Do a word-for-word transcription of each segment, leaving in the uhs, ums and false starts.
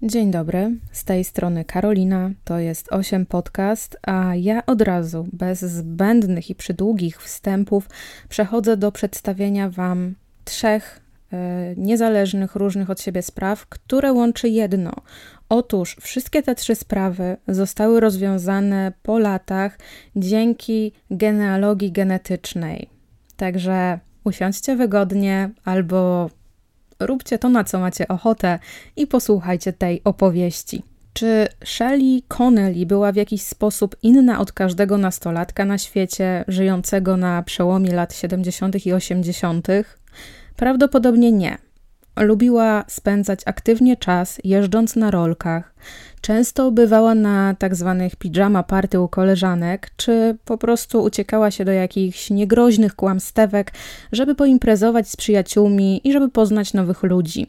Dzień dobry, z tej strony Karolina, to jest osiem Podcast, a ja od razu, bez zbędnych i przydługich wstępów, przechodzę do przedstawienia Wam trzech e, niezależnych, różnych od siebie spraw, które łączy jedno. Otóż wszystkie te trzy sprawy zostały rozwiązane po latach dzięki genealogii genetycznej. Także usiądźcie wygodnie albo róbcie to, na co macie ochotę i posłuchajcie tej opowieści. Czy Shelley Connelly była w jakiś sposób inna od każdego nastolatka na świecie, żyjącego na przełomie lat siedemdziesiątych i osiemdziesiątych? Prawdopodobnie nie. Lubiła spędzać aktywnie czas, jeżdżąc na rolkach. Często bywała na tak zwanych pijama party u koleżanek, czy po prostu uciekała się do jakichś niegroźnych kłamstewek, żeby poimprezować z przyjaciółmi i żeby poznać nowych ludzi.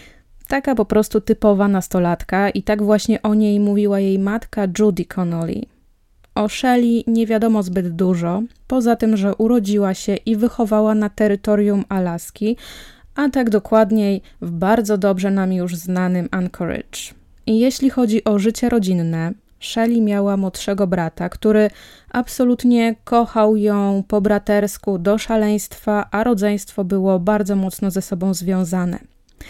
Taka po prostu typowa nastolatka i tak właśnie o niej mówiła jej matka Judy Connelly. O Shelley nie wiadomo zbyt dużo, poza tym, że urodziła się i wychowała na terytorium Alaski, a tak dokładniej w bardzo dobrze nam już znanym Anchorage. I jeśli chodzi o życie rodzinne, Shelley miała młodszego brata, który absolutnie kochał ją po bratersku do szaleństwa, a rodzeństwo było bardzo mocno ze sobą związane.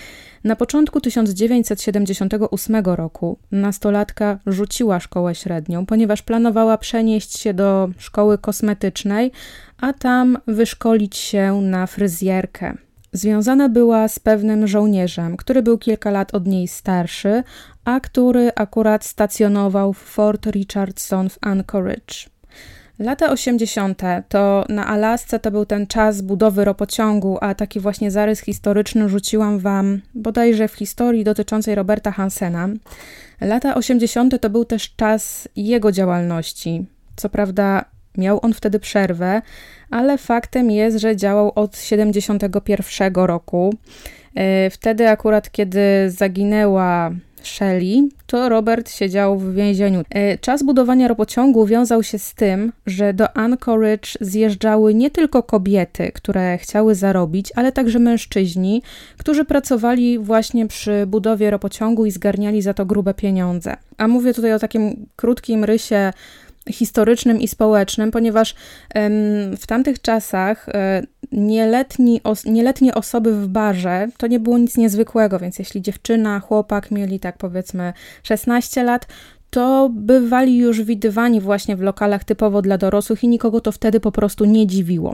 Na początku tysiąc dziewięćset siedemdziesiątego ósmego roku nastolatka rzuciła szkołę średnią, ponieważ planowała przenieść się do szkoły kosmetycznej, a tam wyszkolić się na fryzjerkę. Związana była z pewnym żołnierzem, który był kilka lat od niej starszy, a który akurat stacjonował w Fort Richardson w Anchorage. Lata osiemdziesiąte to na Alasce to był ten czas budowy ropociągu, a taki właśnie zarys historyczny rzuciłam Wam bodajże w historii dotyczącej Roberta Hansena. Lata osiemdziesiąte to był też czas jego działalności. Co prawda miał on wtedy przerwę, ale faktem jest, że działał od siedemdziesiątego pierwszego roku. Wtedy akurat, kiedy zaginęła Shelley, to Robert siedział w więzieniu. Czas budowania ropociągu wiązał się z tym, że do Anchorage zjeżdżały nie tylko kobiety, które chciały zarobić, ale także mężczyźni, którzy pracowali właśnie przy budowie ropociągu i zgarniali za to grube pieniądze. A mówię tutaj o takim krótkim rysie historycznym i społecznym, ponieważ em, w tamtych czasach e, nieletni os- nieletnie osoby w barze to nie było nic niezwykłego, więc jeśli dziewczyna, chłopak mieli tak powiedzmy szesnaście lat, to bywali już widywani właśnie w lokalach typowo dla dorosłych i nikogo to wtedy po prostu nie dziwiło.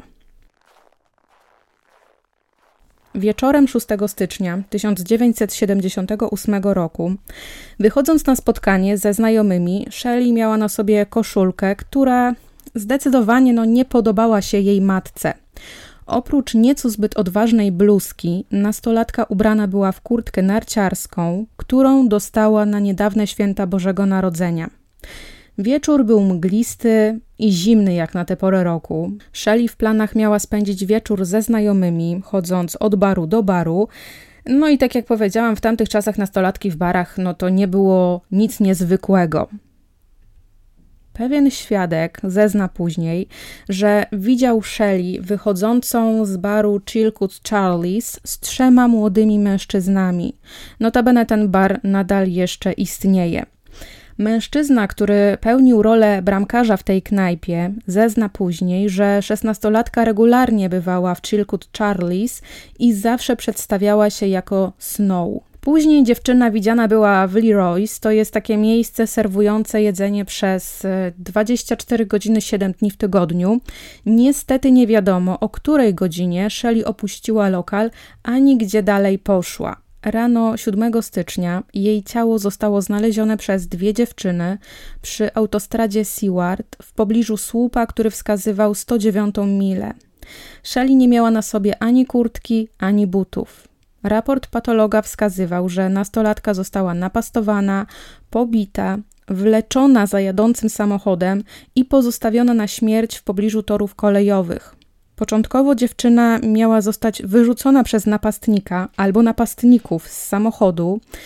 Wieczorem szóstego stycznia tysiąc dziewięćset siedemdziesiątego ósmego roku, wychodząc na spotkanie ze znajomymi, Shelley miała na sobie koszulkę, która zdecydowanie no, nie podobała się jej matce. Oprócz nieco zbyt odważnej bluzki, nastolatka ubrana była w kurtkę narciarską, którą dostała na niedawne święta Bożego Narodzenia. Wieczór był mglisty i zimny jak na tę porę roku. Shelley w planach miała spędzić wieczór ze znajomymi, chodząc od baru do baru. No i tak jak powiedziałam, w tamtych czasach nastolatki w barach, no to nie było nic niezwykłego. Pewien świadek zezna później, że widział Shelley wychodzącą z baru Chilkoot Charlie's z trzema młodymi mężczyznami. Notabene ten bar nadal jeszcze istnieje. Mężczyzna, który pełnił rolę bramkarza w tej knajpie, zezna później, że szesnastolatka regularnie bywała w Chilkoot Charlie's i zawsze przedstawiała się jako Snow. Później dziewczyna widziana była w Leroy's, to jest takie miejsce serwujące jedzenie przez dwadzieścia cztery godziny, siedem dni w tygodniu. Niestety nie wiadomo, o której godzinie Shelley opuściła lokal, ani gdzie dalej poszła. Rano siódmego stycznia jej ciało zostało znalezione przez dwie dziewczyny przy autostradzie Seward w pobliżu słupa, który wskazywał sto dziewiątą milę. Shelley nie miała na sobie ani kurtki, ani butów. Raport patologa wskazywał, że nastolatka została napastowana, pobita, wleczona za jadącym samochodem i pozostawiona na śmierć w pobliżu torów kolejowych. Początkowo dziewczyna miała zostać wyrzucona przez napastnika albo napastników z samochodu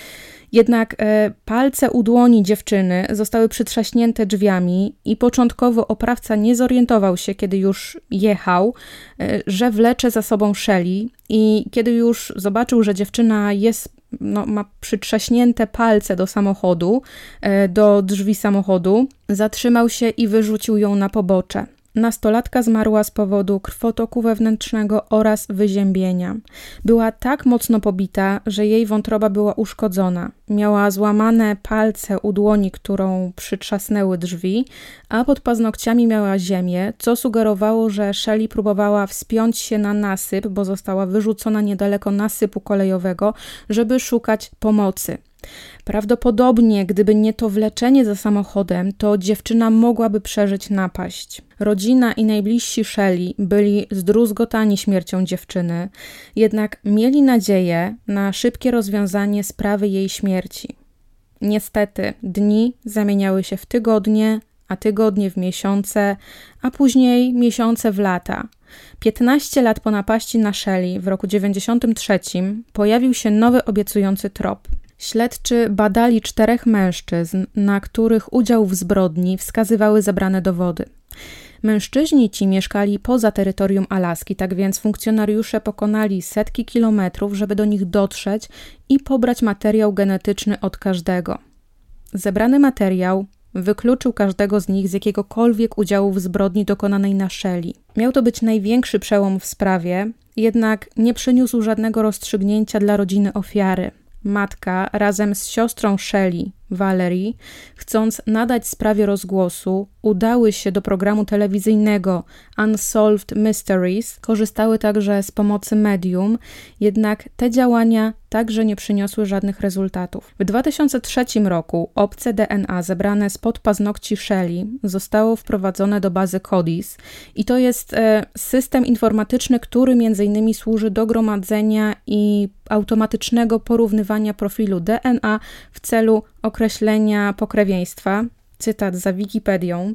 Jednak e, palce u dłoni dziewczyny zostały przytrzaśnięte drzwiami i początkowo oprawca nie zorientował się, kiedy już jechał, e, że wlecze za sobą Shelley i kiedy już zobaczył, że dziewczyna jest, no, ma przytrzaśnięte palce do samochodu, e, do drzwi samochodu, zatrzymał się i wyrzucił ją na pobocze. Nastolatka zmarła z powodu krwotoku wewnętrznego oraz wyziębienia. Była tak mocno pobita, że jej wątroba była uszkodzona. Miała złamane palce u dłoni, którą przytrzasnęły drzwi, a pod paznokciami miała ziemię, co sugerowało, że Shelley próbowała wspiąć się na nasyp, bo została wyrzucona niedaleko nasypu kolejowego, żeby szukać pomocy. Prawdopodobnie, gdyby nie to wleczenie za samochodem, to dziewczyna mogłaby przeżyć napaść. Rodzina i najbliżsi Shelley byli zdruzgotani śmiercią dziewczyny, jednak mieli nadzieję na szybkie rozwiązanie sprawy jej śmierci. Niestety, dni zamieniały się w tygodnie, a tygodnie w miesiące, a później miesiące w lata. piętnaście lat po napaści na Shelley w roku dziewięćdziesiątym trzecim pojawił się nowy obiecujący trop. Śledczy badali czterech mężczyzn, na których udział w zbrodni wskazywały zebrane dowody. Mężczyźni ci mieszkali poza terytorium Alaski, tak więc funkcjonariusze pokonali setki kilometrów, żeby do nich dotrzeć i pobrać materiał genetyczny od każdego. Zebrany materiał wykluczył każdego z nich z jakiegokolwiek udziału w zbrodni dokonanej na Shelley. Miał to być największy przełom w sprawie, jednak nie przyniósł żadnego rozstrzygnięcia dla rodziny ofiary. Matka razem z siostrą Shelley, Valerie, chcąc nadać sprawie rozgłosu, udały się do programu telewizyjnego Unsolved Mysteries, korzystały także z pomocy medium, jednak te działania także nie przyniosły żadnych rezultatów. W dwa tysiące trzecim roku obce D N A zebrane spod paznokci Shelley zostało wprowadzone do bazy CODIS i to jest e, system informatyczny, który między innymi służy do gromadzenia i automatycznego porównywania profilu D N A w celu określenia pokrewieństwa. Cytat za Wikipedią.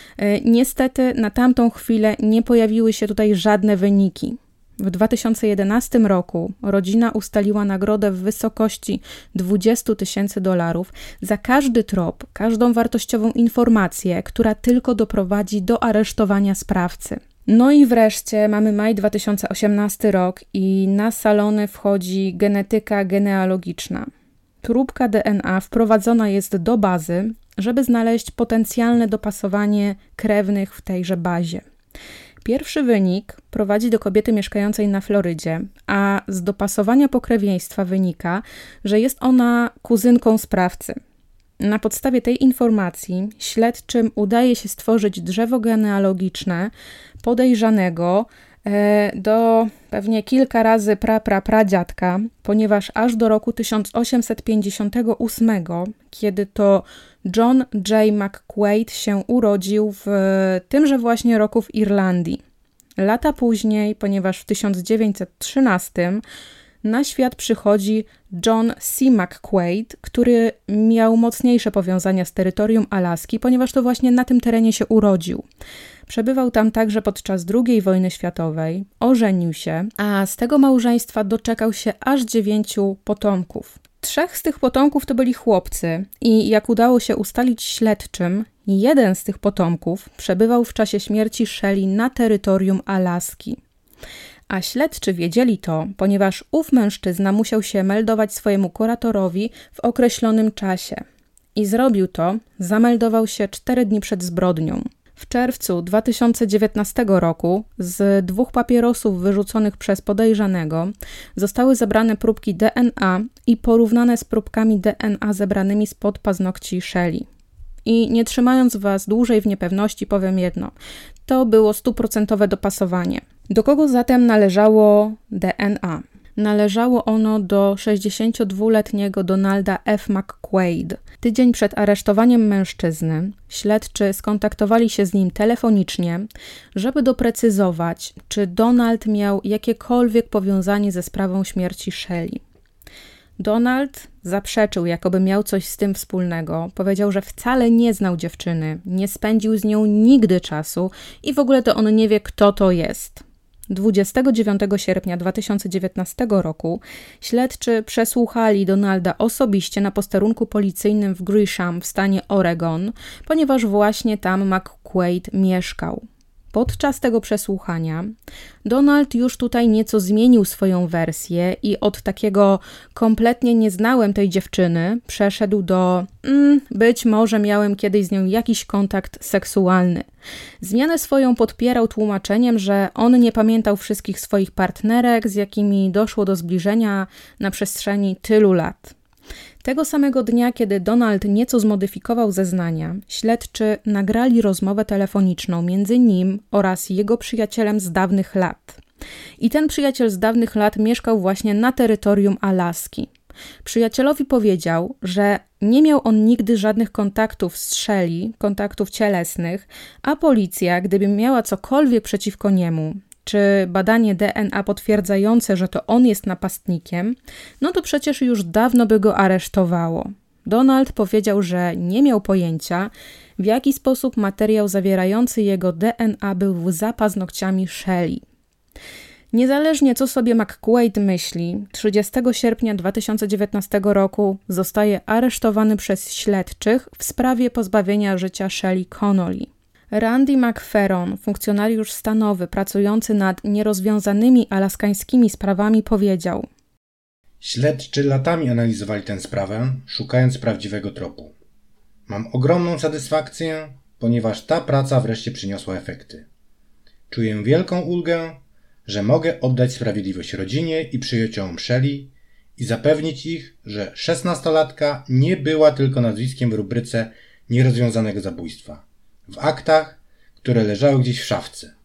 Niestety na tamtą chwilę nie pojawiły się tutaj żadne wyniki. W dwa tysiące jedenastym roku rodzina ustaliła nagrodę w wysokości dwadzieścia tysięcy dolarów za każdy trop, każdą wartościową informację, która tylko doprowadzi do aresztowania sprawcy. No i wreszcie mamy maj dwa tysiące osiemnasty rok i na salony wchodzi genetyka genealogiczna. Próbka D N A wprowadzona jest do bazy, żeby znaleźć potencjalne dopasowanie krewnych w tejże bazie. Pierwszy wynik prowadzi do kobiety mieszkającej na Florydzie, a z dopasowania pokrewieństwa wynika, że jest ona kuzynką sprawcy. Na podstawie tej informacji śledczym udaje się stworzyć drzewo genealogiczne podejrzanego do pewnie kilka razy pra, pra, pradziadka, ponieważ aż do roku tysiąc osiemset pięćdziesiątego ósmego, kiedy to John J. McQuaid się urodził w tymże właśnie roku w Irlandii. Lata później, ponieważ w tysiąc dziewięćset trzynastym na świat przychodzi John C. McQuaid, który miał mocniejsze powiązania z terytorium Alaski, ponieważ to właśnie na tym terenie się urodził. Przebywał tam także podczas drugiej wojny światowej, ożenił się, a z tego małżeństwa doczekał się aż dziewięciu potomków. Trzech z tych potomków to byli chłopcy i jak udało się ustalić śledczym, jeden z tych potomków przebywał w czasie śmierci Shelley na terytorium Alaski. A śledczy wiedzieli to, ponieważ ów mężczyzna musiał się meldować swojemu kuratorowi w określonym czasie. I zrobił to, zameldował się cztery dni przed zbrodnią. W czerwcu dwa tysiące dziewiętnastego roku z dwóch papierosów wyrzuconych przez podejrzanego zostały zebrane próbki D N A i porównane z próbkami D N A zebranymi spod paznokci Shelley. I nie trzymając was dłużej w niepewności, powiem jedno. To było stuprocentowe dopasowanie. Do kogo zatem należało D N A? Należało ono do sześćdziesięciodwuletniego Donalda F. McQuaid. Tydzień przed aresztowaniem mężczyzny śledczy skontaktowali się z nim telefonicznie, żeby doprecyzować, czy Donald miał jakiekolwiek powiązanie ze sprawą śmierci Shelley. Donald zaprzeczył, jakoby miał coś z tym wspólnego. Powiedział, że wcale nie znał dziewczyny, nie spędził z nią nigdy czasu i w ogóle to on nie wie, kto to jest. dwudziestego dziewiątego sierpnia dwa tysiące dziewiętnastego roku śledczy przesłuchali Donalda osobiście na posterunku policyjnym w Grisham w stanie Oregon, ponieważ właśnie tam McQuaid mieszkał. Podczas tego przesłuchania Donald już tutaj nieco zmienił swoją wersję i od takiego kompletnie nie znałem tej dziewczyny przeszedł do mm, być może miałem kiedyś z nią jakiś kontakt seksualny. Zmianę swoją podpierał tłumaczeniem, że on nie pamiętał wszystkich swoich partnerek, z jakimi doszło do zbliżenia na przestrzeni tylu lat. Tego samego dnia, kiedy Donald nieco zmodyfikował zeznania, śledczy nagrali rozmowę telefoniczną między nim oraz jego przyjacielem z dawnych lat. I ten przyjaciel z dawnych lat mieszkał właśnie na terytorium Alaski. Przyjacielowi powiedział, że nie miał on nigdy żadnych kontaktów z Shelley, kontaktów cielesnych, a policja, gdyby miała cokolwiek przeciwko niemu, czy badanie D N A potwierdzające, że to on jest napastnikiem, no to przecież już dawno by go aresztowało. Donald powiedział, że nie miał pojęcia, w jaki sposób materiał zawierający jego D N A był za paznokciami Shelley. Niezależnie co sobie McQuaid myśli, trzydziestego sierpnia dwa tysiące dziewiętnastego roku zostaje aresztowany przez śledczych w sprawie pozbawienia życia Shelley Connolly. Randy McFerron, funkcjonariusz stanowy pracujący nad nierozwiązanymi alaskańskimi sprawami, powiedział: Śledczy latami analizowali tę sprawę, szukając prawdziwego tropu. Mam ogromną satysfakcję, ponieważ ta praca wreszcie przyniosła efekty. Czuję wielką ulgę, że mogę oddać sprawiedliwość rodzinie i przyjaciołom Shelley i zapewnić ich, że szesnastolatka nie była tylko nazwiskiem w rubryce nierozwiązanego zabójstwa, w aktach, które leżały gdzieś w szafce.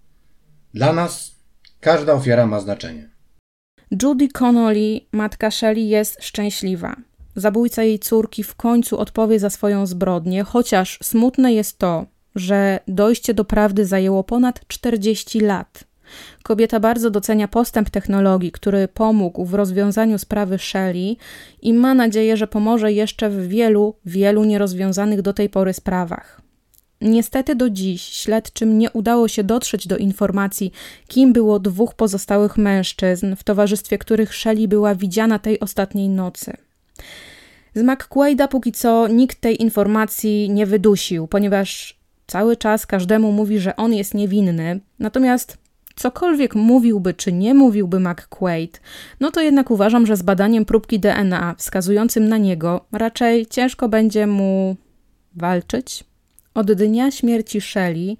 Dla nas każda ofiara ma znaczenie. Judy Connolly, matka Shelley, jest szczęśliwa. Zabójca jej córki w końcu odpowie za swoją zbrodnię, chociaż smutne jest to, że dojście do prawdy zajęło ponad czterdzieści lat. Kobieta bardzo docenia postęp technologii, który pomógł w rozwiązaniu sprawy Shelley i ma nadzieję, że pomoże jeszcze w wielu, wielu nierozwiązanych do tej pory sprawach. Niestety do dziś śledczym nie udało się dotrzeć do informacji, kim było dwóch pozostałych mężczyzn, w towarzystwie których Shelley była widziana tej ostatniej nocy. Z McQuaida póki co nikt tej informacji nie wydusił, ponieważ cały czas każdemu mówi, że on jest niewinny, natomiast cokolwiek mówiłby czy nie mówiłby McQuaid, no to jednak uważam, że z badaniem próbki D N A wskazującym na niego raczej ciężko będzie mu walczyć. Od dnia śmierci Shelley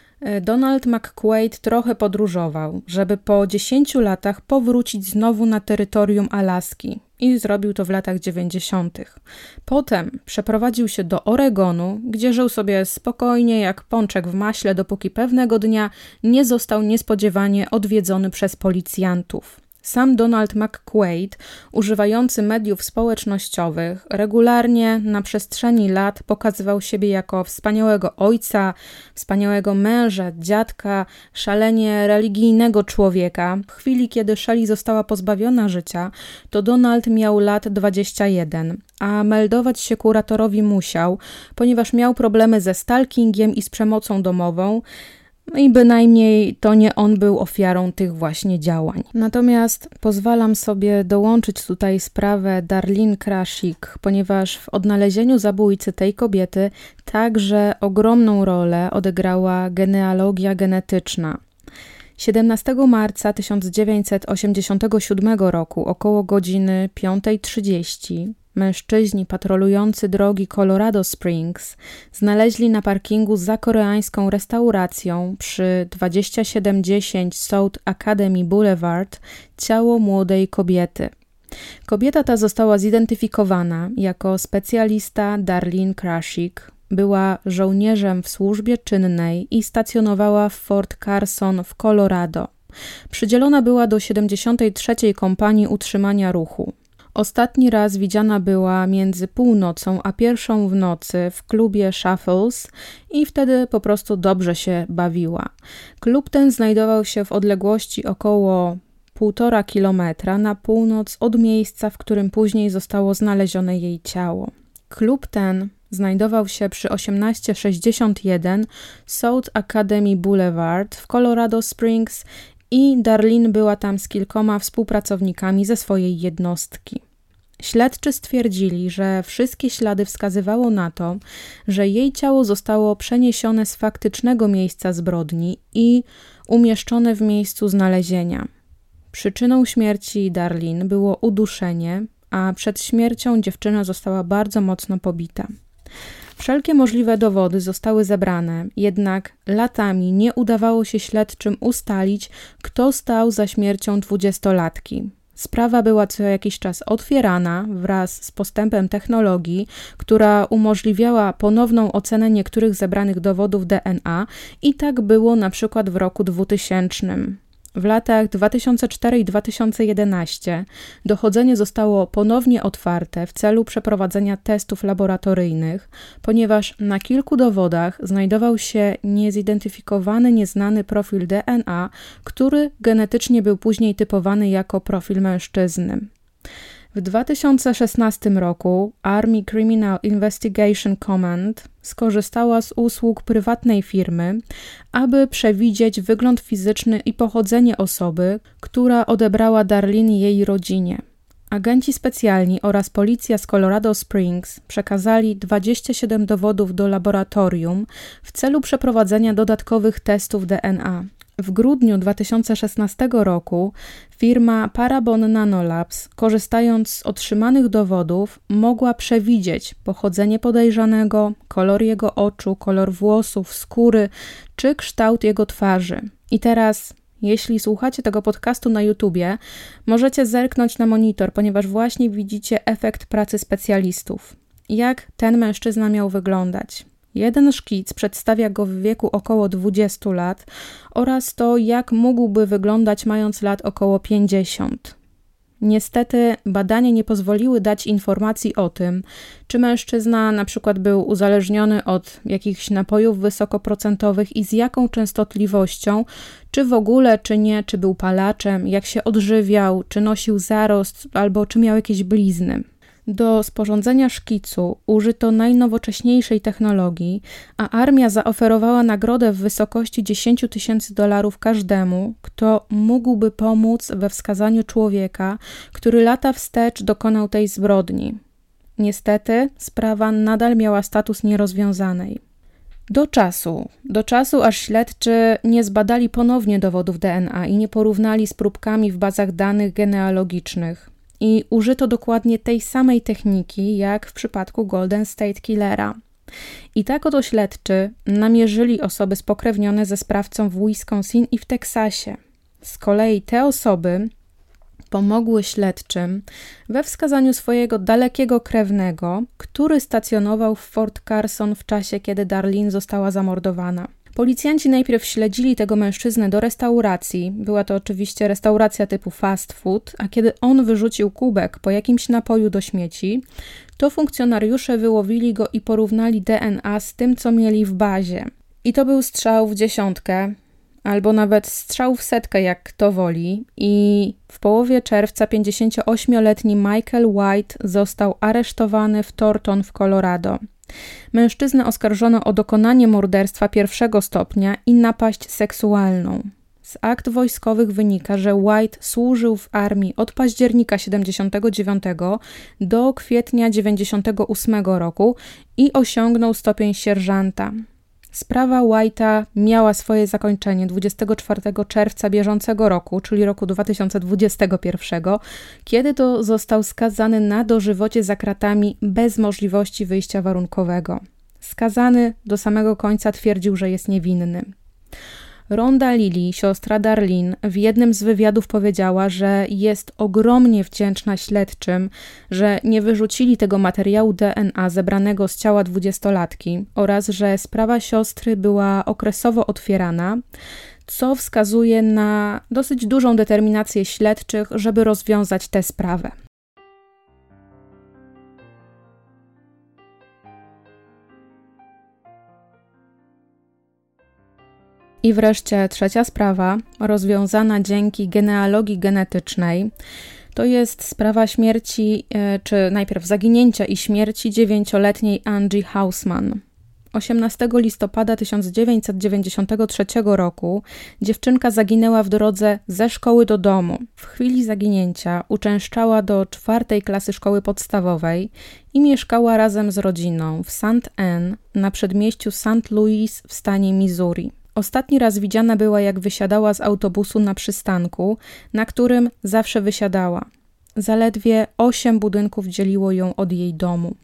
Donald McQuaid trochę podróżował, żeby po dziesięciu latach powrócić znowu na terytorium Alaski i zrobił to w latach dziewięćdziesiątych. Potem przeprowadził się do Oregonu, gdzie żył sobie spokojnie jak pączek w maśle, dopóki pewnego dnia nie został niespodziewanie odwiedzony przez policjantów. Sam Donald McQuaid, używający mediów społecznościowych, regularnie na przestrzeni lat pokazywał siebie jako wspaniałego ojca, wspaniałego męża, dziadka, szalenie religijnego człowieka. W chwili, kiedy Shelley została pozbawiona życia, to Donald miał lat dwadzieścia jeden, a meldować się kuratorowi musiał, ponieważ miał problemy ze stalkingiem i z przemocą domową, no i bynajmniej to nie on był ofiarą tych właśnie działań. Natomiast pozwalam sobie dołączyć tutaj sprawę Darlene Krasik, ponieważ w odnalezieniu zabójcy tej kobiety także ogromną rolę odegrała genealogia genetyczna. siedemnastego marca tysiąc dziewięćset osiemdziesiątego siódmego roku około godziny piąta trzydzieści mężczyźni patrolujący drogi Colorado Springs znaleźli na parkingu za koreańską restauracją przy dwadzieścia siedem dziesięć South Academy Boulevard ciało młodej kobiety. Kobieta ta została zidentyfikowana jako specjalista Darlene Krasik. Była żołnierzem w służbie czynnej i stacjonowała w Fort Carson w Colorado. Przydzielona była do siedemdziesiątej trzeciej Kompanii Utrzymania Ruchu. Ostatni raz widziana była między północą a pierwszą w nocy w klubie Shuffles i wtedy po prostu dobrze się bawiła. Klub ten znajdował się w odległości około półtora kilometra na północ od miejsca, w którym później zostało znalezione jej ciało. Klub ten znajdował się przy osiemnaście sześćdziesiąt jeden South Academy Boulevard w Colorado Springs i Darlene była tam z kilkoma współpracownikami ze swojej jednostki. Śledczy stwierdzili, że wszystkie ślady wskazywało na to, że jej ciało zostało przeniesione z faktycznego miejsca zbrodni i umieszczone w miejscu znalezienia. Przyczyną śmierci Darlene było uduszenie, a przed śmiercią dziewczyna została bardzo mocno pobita. Wszelkie możliwe dowody zostały zebrane, jednak latami nie udawało się śledczym ustalić, kto stał za śmiercią dwudziestolatki. Sprawa była co jakiś czas otwierana wraz z postępem technologii, która umożliwiała ponowną ocenę niektórych zebranych dowodów D N A i tak było na przykład w roku dwutysięcznym. W latach dwa tysiące czwartym i dwa tysiące jedenastym dochodzenie zostało ponownie otwarte w celu przeprowadzenia testów laboratoryjnych, ponieważ na kilku dowodach znajdował się niezidentyfikowany, nieznany profil D N A, który genetycznie był później typowany jako profil mężczyzny. W dwa tysiące szesnastym roku Army Criminal Investigation Command skorzystała z usług prywatnej firmy, aby przewidzieć wygląd fizyczny i pochodzenie osoby, która odebrała Darlene jej rodzinie. Agenci specjalni oraz policja z Colorado Springs przekazali dwadzieścia siedem dowodów do laboratorium w celu przeprowadzenia dodatkowych testów D N A. W grudniu dwa tysiące szesnastego roku firma Parabon Nanolabs, korzystając z otrzymanych dowodów, mogła przewidzieć pochodzenie podejrzanego, kolor jego oczu, kolor włosów, skóry czy kształt jego twarzy. I teraz, jeśli słuchacie tego podcastu na YouTubie, możecie zerknąć na monitor, ponieważ właśnie widzicie efekt pracy specjalistów. Jak ten mężczyzna miał wyglądać? Jeden szkic przedstawia go w wieku około dwudziestu lat oraz to, jak mógłby wyglądać mając lat około pięćdziesiąt. Niestety badania nie pozwoliły dać informacji o tym, czy mężczyzna na przykład był uzależniony od jakichś napojów wysokoprocentowych i z jaką częstotliwością, czy w ogóle, czy nie, czy był palaczem, jak się odżywiał, czy nosił zarost albo czy miał jakieś blizny. Do sporządzenia szkicu użyto najnowocześniejszej technologii, a armia zaoferowała nagrodę w wysokości dziesięć tysięcy dolarów każdemu, kto mógłby pomóc we wskazaniu człowieka, który lata wstecz dokonał tej zbrodni. Niestety sprawa nadal miała status nierozwiązanej. Do czasu, do czasu aż śledczy nie zbadali ponownie dowodów D N A i nie porównali z próbkami w bazach danych genealogicznych. I użyto dokładnie tej samej techniki, jak w przypadku Golden State Killera. I tak oto śledczy namierzyli osoby spokrewnione ze sprawcą w Wisconsin i w Teksasie. Z kolei te osoby pomogły śledczym we wskazaniu swojego dalekiego krewnego, który stacjonował w Fort Carson w czasie, kiedy Darlene została zamordowana. Policjanci najpierw śledzili tego mężczyznę do restauracji, była to oczywiście restauracja typu fast food, a kiedy on wyrzucił kubek po jakimś napoju do śmieci, to funkcjonariusze wyłowili go i porównali D N A z tym, co mieli w bazie. I to był strzał w dziesiątkę, albo nawet strzał w setkę, jak kto woli, i w połowie czerwca pięćdziesięcioośmioletni Michael White został aresztowany w Thornton w Colorado. Mężczyznę oskarżono o dokonanie morderstwa pierwszego stopnia i napaść seksualną. Z akt wojskowych wynika, że White służył w armii od października siedemdziesiątego dziewiątego do kwietnia dziewięćdziesiątego ósmego roku i osiągnął stopień sierżanta. Sprawa White'a miała swoje zakończenie dwudziestego czwartego czerwca bieżącego roku, czyli roku dwa tysiące dwudziestego pierwszego, kiedy to został skazany na dożywocie za kratami bez możliwości wyjścia warunkowego. Skazany do samego końca twierdził, że jest niewinny. Rhonda Lilly, siostra Darlene, w jednym z wywiadów powiedziała, że jest ogromnie wdzięczna śledczym, że nie wyrzucili tego materiału D N A zebranego z ciała dwudziestolatki oraz że sprawa siostry była okresowo otwierana, co wskazuje na dosyć dużą determinację śledczych, żeby rozwiązać tę sprawę. I wreszcie trzecia sprawa, rozwiązana dzięki genealogii genetycznej, to jest sprawa śmierci, czy najpierw zaginięcia i śmierci dziewięcioletniej Angie Hausman. osiemnastego listopada tysiąc dziewięćset dziewięćdziesiątego trzeciego roku dziewczynka zaginęła w drodze ze szkoły do domu. W chwili zaginięcia uczęszczała do czwartej klasy szkoły podstawowej i mieszkała razem z rodziną w Saint Anne na przedmieściu Saint Louis w stanie Missouri. Ostatni raz widziana była, jak wysiadała z autobusu na przystanku, na którym zawsze wysiadała. Zaledwie osiem budynków dzieliło ją od jej domu.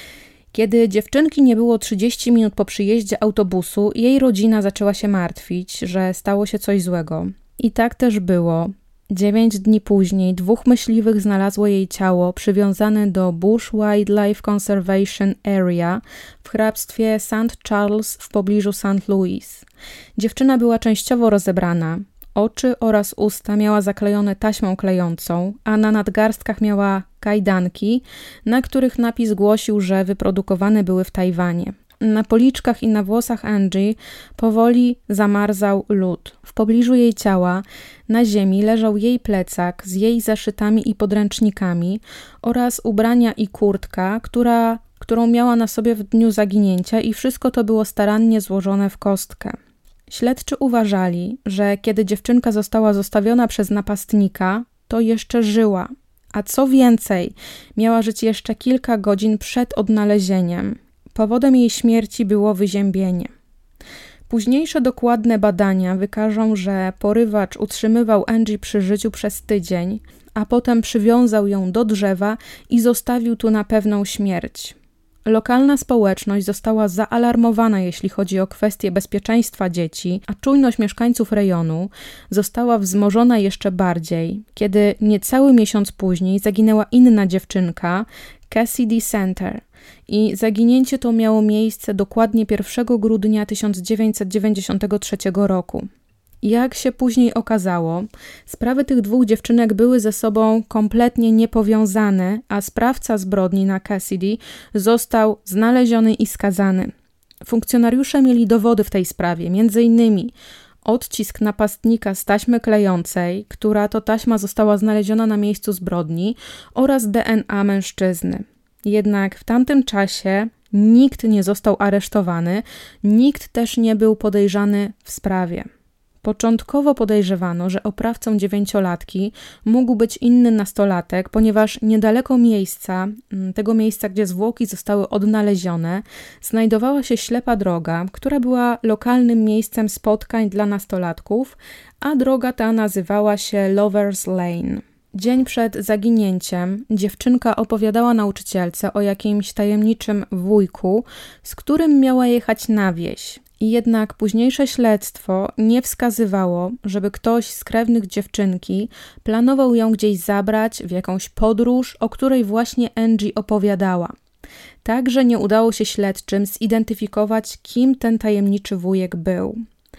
Kiedy dziewczynki nie było trzydzieści minut po przyjeździe autobusu, jej rodzina zaczęła się martwić, że stało się coś złego. I tak też było. Dziewięć dni później dwóch myśliwych znalazło jej ciało przywiązane do Bush Wildlife Conservation Area w hrabstwie Saint Charles w pobliżu Saint Louis. Dziewczyna była częściowo rozebrana. Oczy oraz usta miała zaklejone taśmą klejącą, a na nadgarstkach miała kajdanki, na których napis głosił, że wyprodukowane były w Tajwanie. Na policzkach i na włosach Angie powoli zamarzał lód. W pobliżu jej ciała na ziemi leżał jej plecak z jej zaszytami i podręcznikami oraz ubrania i kurtka, która, którą miała na sobie w dniu zaginięcia, i wszystko to było starannie złożone w kostkę. Śledczy uważali, że kiedy dziewczynka została zostawiona przez napastnika, to jeszcze żyła, a co więcej, miała żyć jeszcze kilka godzin przed odnalezieniem. Powodem jej śmierci było wyziębienie. Późniejsze dokładne badania wykażą, że porywacz utrzymywał Angie przy życiu przez tydzień, a potem przywiązał ją do drzewa i zostawił tu na pewną śmierć. Lokalna społeczność została zaalarmowana, jeśli chodzi o kwestie bezpieczeństwa dzieci, a czujność mieszkańców rejonu została wzmożona jeszcze bardziej, kiedy niecały miesiąc później zaginęła inna dziewczynka, Cassidy Center. I zaginięcie to miało miejsce dokładnie pierwszego grudnia tysiąc dziewięćset dziewięćdziesiątego trzeciego roku. Jak się później okazało, sprawy tych dwóch dziewczynek były ze sobą kompletnie niepowiązane, a sprawca zbrodni na Cassidy został znaleziony i skazany. Funkcjonariusze mieli dowody w tej sprawie, między innymi odcisk napastnika z taśmy klejącej, która to taśma została znaleziona na miejscu zbrodni, oraz D N A mężczyzny. Jednak w tamtym czasie nikt nie został aresztowany, nikt też nie był podejrzany w sprawie. Początkowo podejrzewano, że oprawcą dziewięciolatki mógł być inny nastolatek, ponieważ niedaleko miejsca, tego miejsca, gdzie zwłoki zostały odnalezione, znajdowała się ślepa droga, która była lokalnym miejscem spotkań dla nastolatków, a droga ta nazywała się Lover's Lane. Dzień przed zaginięciem dziewczynka opowiadała nauczycielce o jakimś tajemniczym wujku, z którym miała jechać na wieś. Jednak późniejsze śledztwo nie wskazywało, żeby ktoś z krewnych dziewczynki planował ją gdzieś zabrać w jakąś podróż, o której właśnie Angie opowiadała. Także nie udało się śledczym zidentyfikować, kim ten tajemniczy wujek był.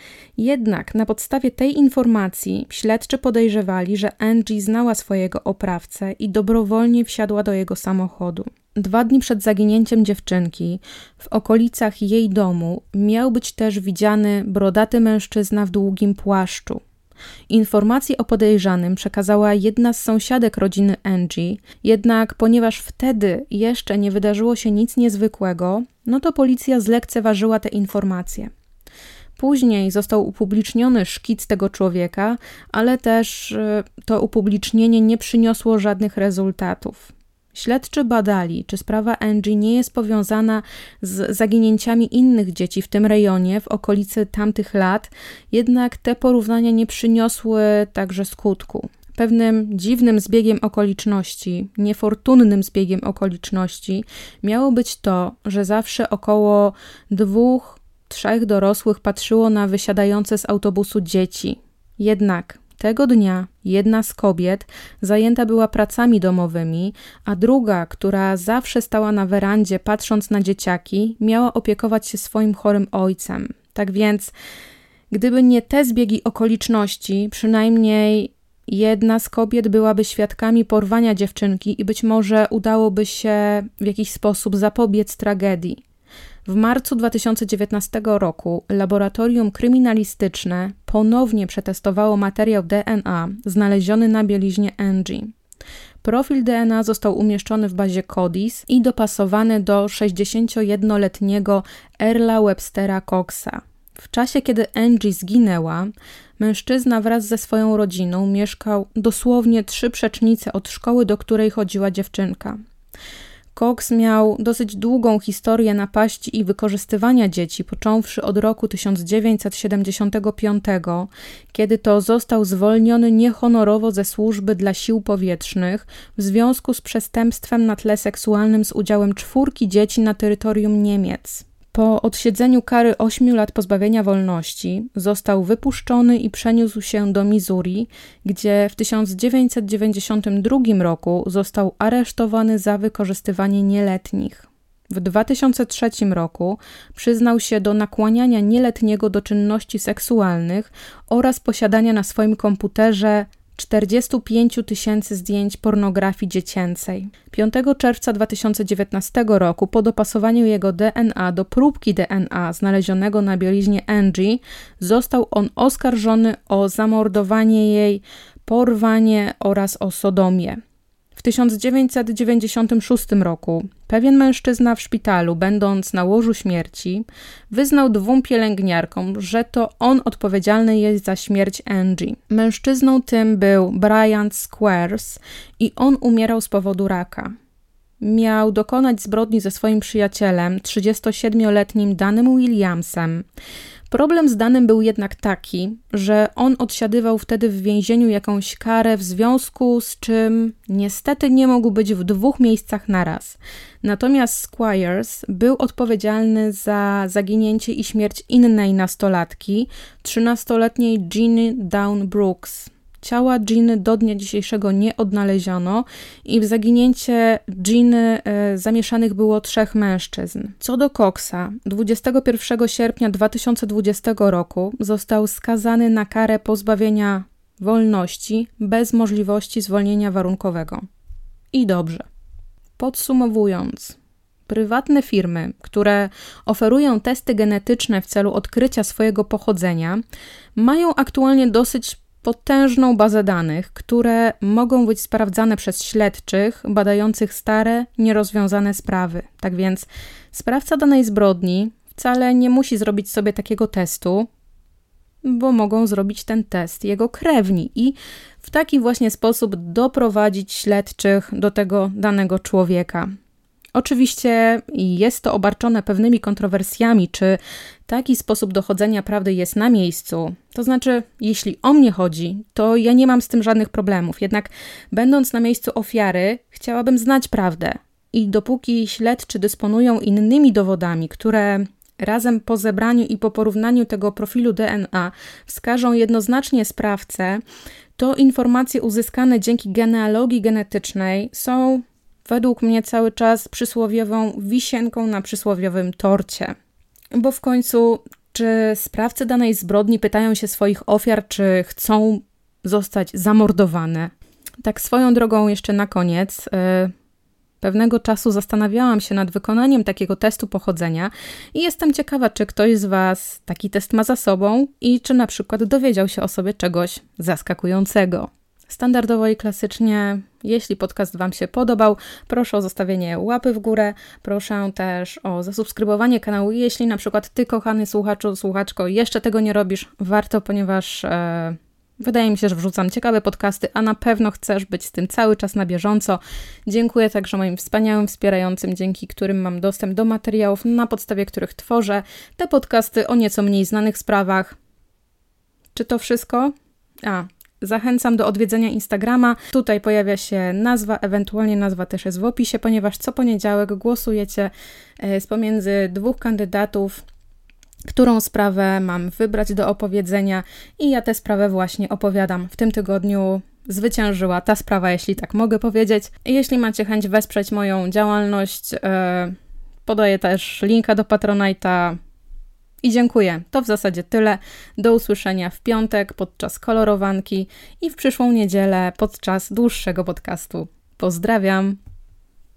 Jednak na podstawie tej informacji śledczy podejrzewali, że Angie znała swojego oprawcę i dobrowolnie wsiadła do jego samochodu. Dwa dni przed zaginięciem dziewczynki w okolicach jej domu miał być też widziany brodaty mężczyzna w długim płaszczu. Informację o podejrzanym przekazała jedna z sąsiadek rodziny Angie, jednak ponieważ wtedy jeszcze nie wydarzyło się nic niezwykłego, no to policja zlekceważyła te informacje. Później został upubliczniony szkic tego człowieka, ale też to upublicznienie nie przyniosło żadnych rezultatów. Śledczy badali, czy sprawa Angie nie jest powiązana z zaginięciami innych dzieci w tym rejonie w okolicy tamtych lat, jednak te porównania nie przyniosły także skutku. Pewnym dziwnym zbiegiem okoliczności, niefortunnym zbiegiem okoliczności miało być to, że zawsze około dwóch, trzech dorosłych patrzyło na wysiadające z autobusu dzieci. Jednak tego dnia jedna z kobiet zajęta była pracami domowymi, a druga, która zawsze stała na werandzie patrząc na dzieciaki, miała opiekować się swoim chorym ojcem. Tak więc, gdyby nie te zbiegi okoliczności, przynajmniej jedna z kobiet byłaby świadkami porwania dziewczynki i być może udałoby się w jakiś sposób zapobiec tragedii. W marcu dwa tysiące dziewiętnastego roku laboratorium kryminalistyczne ponownie przetestowało materiał D N A znaleziony na bieliźnie Angie. Profil D N A został umieszczony w bazie CODIS i dopasowany do sześćdziesięciojednoletniego Earla Webstera Coxa. W czasie, kiedy Angie zginęła, mężczyzna wraz ze swoją rodziną mieszkał dosłownie trzy przecznice od szkoły, do której chodziła dziewczynka. Cox miał dosyć długą historię napaści i wykorzystywania dzieci, począwszy od roku tysiąc dziewięćset siedemdziesiątego piątego, kiedy to został zwolniony niehonorowo ze służby dla sił powietrznych w związku z przestępstwem na tle seksualnym z udziałem czwórki dzieci na terytorium Niemiec. Po odsiedzeniu kary ośmiu lat pozbawienia wolności został wypuszczony i przeniósł się do Missouri, gdzie w tysiąc dziewięćset dziewięćdziesiątym drugim roku został aresztowany za wykorzystywanie nieletnich. W dwa tysiące trzecim roku przyznał się do nakłaniania nieletniego do czynności seksualnych oraz posiadania na swoim komputerze czterdzieści pięć tysięcy zdjęć pornografii dziecięcej. piątego czerwca dwa tysiące dziewiętnastego roku po dopasowaniu jego D N A do próbki D N A znalezionego na bieliźnie Angie został on oskarżony o zamordowanie jej, porwanie oraz o sodomię. W tysiąc dziewięćset dziewięćdziesiątym szóstym roku pewien mężczyzna w szpitalu, będąc na łożu śmierci, wyznał dwóm pielęgniarkom, że to on odpowiedzialny jest za śmierć Angie. Mężczyzną tym był Brian Squires i on umierał z powodu raka. Miał dokonać zbrodni ze swoim przyjacielem, trzydziestosiedmioletnim Danem Williamsem. Problem z Danem był jednak taki, że on odsiadywał wtedy w więzieniu jakąś karę, w związku z czym niestety nie mógł być w dwóch miejscach naraz. Natomiast Squires był odpowiedzialny za zaginięcie i śmierć innej nastolatki, trzynastoletniej Ginny Dawn Brooks. Ciała Ginny do dnia dzisiejszego nie odnaleziono i w zaginięcie Ginny e, zamieszanych było trzech mężczyzn. Co do Coxa, dwudziestego pierwszego sierpnia dwa tysiące dwudziestego roku został skazany na karę pozbawienia wolności bez możliwości zwolnienia warunkowego. I dobrze. Podsumowując, prywatne firmy, które oferują testy genetyczne w celu odkrycia swojego pochodzenia, mają aktualnie dosyć potężną bazę danych, które mogą być sprawdzane przez śledczych badających stare, nierozwiązane sprawy. Tak więc sprawca danej zbrodni wcale nie musi zrobić sobie takiego testu, bo mogą zrobić ten test jego krewni i w taki właśnie sposób doprowadzić śledczych do tego danego człowieka. Oczywiście jest to obarczone pewnymi kontrowersjami, czy taki sposób dochodzenia prawdy jest na miejscu. To znaczy, jeśli o mnie chodzi, to ja nie mam z tym żadnych problemów. Jednak będąc na miejscu ofiary, chciałabym znać prawdę. I dopóki śledczy dysponują innymi dowodami, które razem po zebraniu i po porównaniu tego profilu D N A wskażą jednoznacznie sprawcę, to informacje uzyskane dzięki genealogii genetycznej są według mnie cały czas przysłowiową wisienką na przysłowiowym torcie. Bo w końcu, czy sprawcy danej zbrodni pytają się swoich ofiar, czy chcą zostać zamordowane? Tak swoją drogą jeszcze na koniec, yy, pewnego czasu zastanawiałam się nad wykonaniem takiego testu pochodzenia i jestem ciekawa, czy ktoś z Was taki test ma za sobą i czy na przykład dowiedział się o sobie czegoś zaskakującego. Standardowo i klasycznie, jeśli podcast Wam się podobał, proszę o zostawienie łapy w górę, proszę też o zasubskrybowanie kanału, jeśli na przykład Ty, kochany słuchaczu, słuchaczko, jeszcze tego nie robisz, warto, ponieważ e, wydaje mi się, że wrzucam ciekawe podcasty, a na pewno chcesz być z tym cały czas na bieżąco. Dziękuję także moim wspaniałym wspierającym, dzięki którym mam dostęp do materiałów, na podstawie których tworzę te podcasty o nieco mniej znanych sprawach. Czy to wszystko? A... Zachęcam do odwiedzenia Instagrama. Tutaj pojawia się nazwa, ewentualnie nazwa też jest w opisie, ponieważ co poniedziałek głosujecie z pomiędzy dwóch kandydatów, którą sprawę mam wybrać do opowiedzenia i ja tę sprawę właśnie opowiadam. W tym tygodniu zwyciężyła ta sprawa, jeśli tak mogę powiedzieć. Jeśli macie chęć wesprzeć moją działalność, podaję też linka do Patronite'a. I dziękuję. To w zasadzie tyle. Do usłyszenia w piątek podczas kolorowanki i w przyszłą niedzielę podczas dłuższego podcastu. Pozdrawiam!